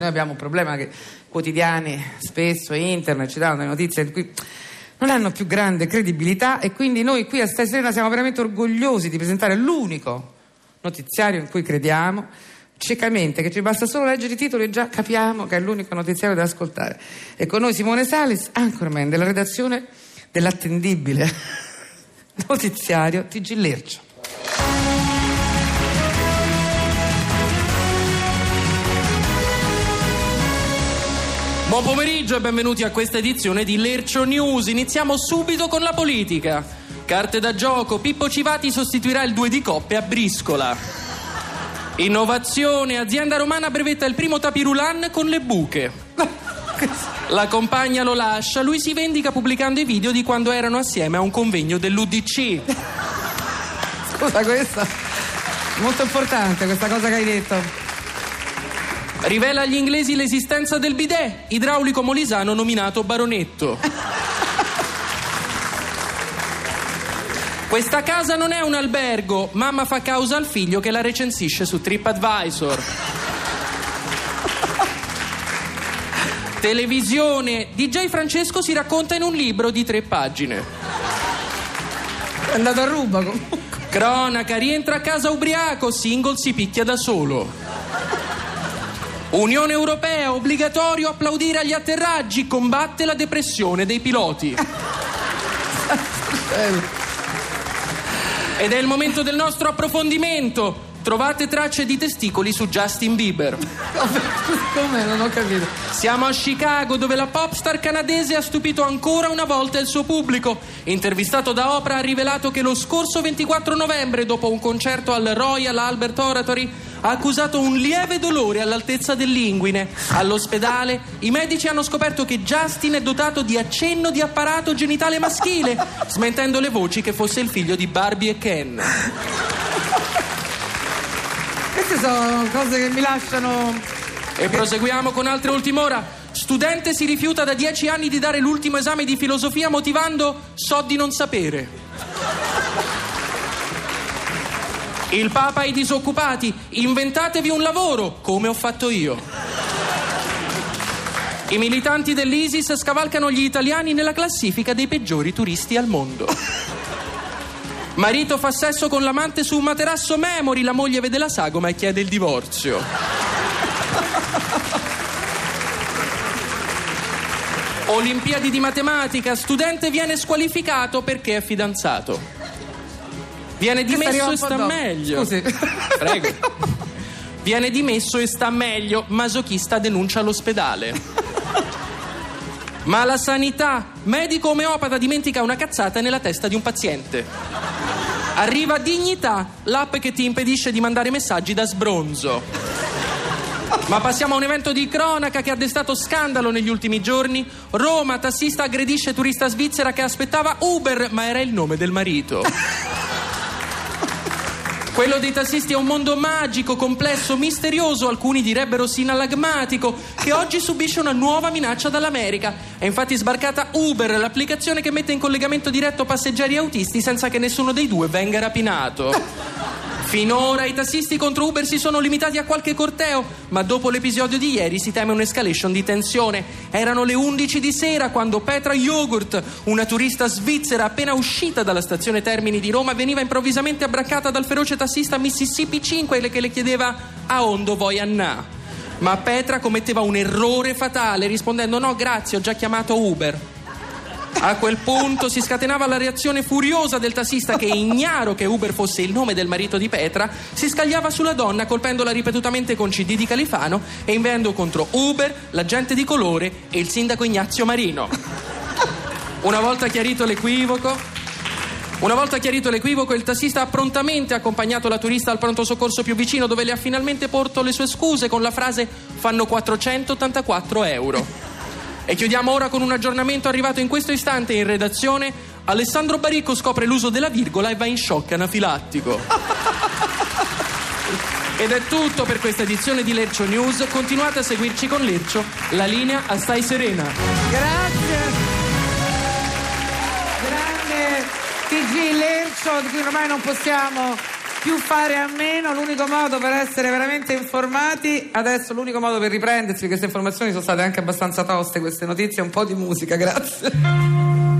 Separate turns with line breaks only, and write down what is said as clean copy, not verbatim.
Noi abbiamo un problema che quotidiani, spesso internet ci danno delle notizie in cui non hanno più grande credibilità, e quindi noi qui a Stai Serena siamo veramente orgogliosi di presentare l'unico notiziario in cui crediamo ciecamente, che ci basta solo leggere i titoli e già capiamo che è l'unico notiziario da ascoltare. E con noi Simone Salis, anchorman della redazione dell'attendibile notiziario TG Lercio.
Buon pomeriggio e benvenuti a questa edizione di Lercio News. Iniziamo subito con la politica. Carte da gioco, Pippo Civati sostituirà il 2 di coppe a Briscola. Innovazione, azienda romana brevetta il primo tapirulan con le buche. La compagna lo lascia, lui si vendica pubblicando i video di quando erano assieme a un convegno dell'UDC.
Scusa, questa è molto importante, questa cosa che hai detto.
Rivela agli inglesi l'esistenza del bidet, idraulico molisano nominato baronetto. Questa casa non è un albergo, mamma fa causa al figlio che la recensisce su TripAdvisor. Televisione, DJ Francesco si racconta in un libro di 3 pagine.
È andato a ruba comunque.
Cronaca, rientra a casa ubriaco, single si picchia da solo. Unione Europea, obbligatorio applaudire agli atterraggi, combatte la depressione dei piloti. Ed è il momento del nostro approfondimento. Trovate tracce di testicoli su Justin Bieber.
Come? Non ho capito.
Siamo a Chicago, dove la popstar canadese ha stupito ancora una volta il suo pubblico. Intervistato da Oprah, ha rivelato che lo scorso 24 novembre, dopo un concerto al Royal Albert Oratory, ha accusato un lieve dolore all'altezza dell'inguine. All'ospedale i medici hanno scoperto che Justin è dotato di accenno di apparato genitale maschile, smentendo le voci che fosse il figlio di Barbie e Ken.
Queste sono cose che mi lasciano.
E proseguiamo con altre ultime ora. Studente si rifiuta da 10 anni di dare l'ultimo esame di filosofia motivando "so di non sapere". Il Papa ai disoccupati: inventatevi un lavoro, come ho fatto io. I militanti dell'ISIS scavalcano gli italiani nella classifica dei peggiori turisti al mondo. Marito fa sesso con l'amante su un materasso memory, la moglie vede la sagoma e chiede il divorzio. Olimpiadi di matematica, studente viene squalificato perché è fidanzato. Viene dimesso e sta meglio.
Scusi.
Prego. Viene dimesso e sta meglio, masochista denuncia l'ospedale. Ma la sanità, medico omeopata dimentica una cazzata nella testa di un paziente. Arriva Dignità, l'app che ti impedisce di mandare messaggi da sbronzo. Ma passiamo a un evento di cronaca che ha destato scandalo negli ultimi giorni. Roma, tassista aggredisce turista svizzera che aspettava Uber, ma era il nome del marito. Quello dei tassisti è un mondo magico, complesso, misterioso, alcuni direbbero sinallagmatico, che oggi subisce una nuova minaccia dall'America. È infatti sbarcata Uber, l'applicazione che mette in collegamento diretto passeggeri e autisti senza che nessuno dei due venga rapinato. Finora i tassisti contro Uber si sono limitati a qualche corteo, ma dopo l'episodio di ieri si teme un'escalation di tensione. Erano le 11 di sera quando Petra Yogurt, una turista svizzera appena uscita dalla stazione Termini di Roma, veniva improvvisamente abbraccata dal feroce tassista Mississippi 5 che le chiedeva "a ondo voi annà?". Ma Petra commetteva un errore fatale rispondendo "no grazie, ho già chiamato Uber". A quel punto si scatenava la reazione furiosa del tassista che, ignaro che Uber fosse il nome del marito di Petra, si scagliava sulla donna colpendola ripetutamente con CD di Califano e inviando contro Uber, l'agente di colore e il sindaco Ignazio Marino. Una volta chiarito l'equivoco, il tassista ha prontamente accompagnato la turista al pronto soccorso più vicino, dove le ha finalmente porto le sue scuse con la frase "fanno 484 euro". E chiudiamo ora con un aggiornamento arrivato in questo istante in redazione. Alessandro Baricco scopre l'uso della virgola e va in shock anafilattico. Ed è tutto per questa edizione di Lercio News. Continuate a seguirci con Lercio, la linea a Stai Serena.
Grazie. Grande TG Lercio, di cui ormai non possiamo più fare a meno, l'unico modo per essere veramente informati, adesso l'unico modo per riprendersi, perché queste informazioni sono state anche abbastanza toste, queste notizie, un po' di musica, grazie.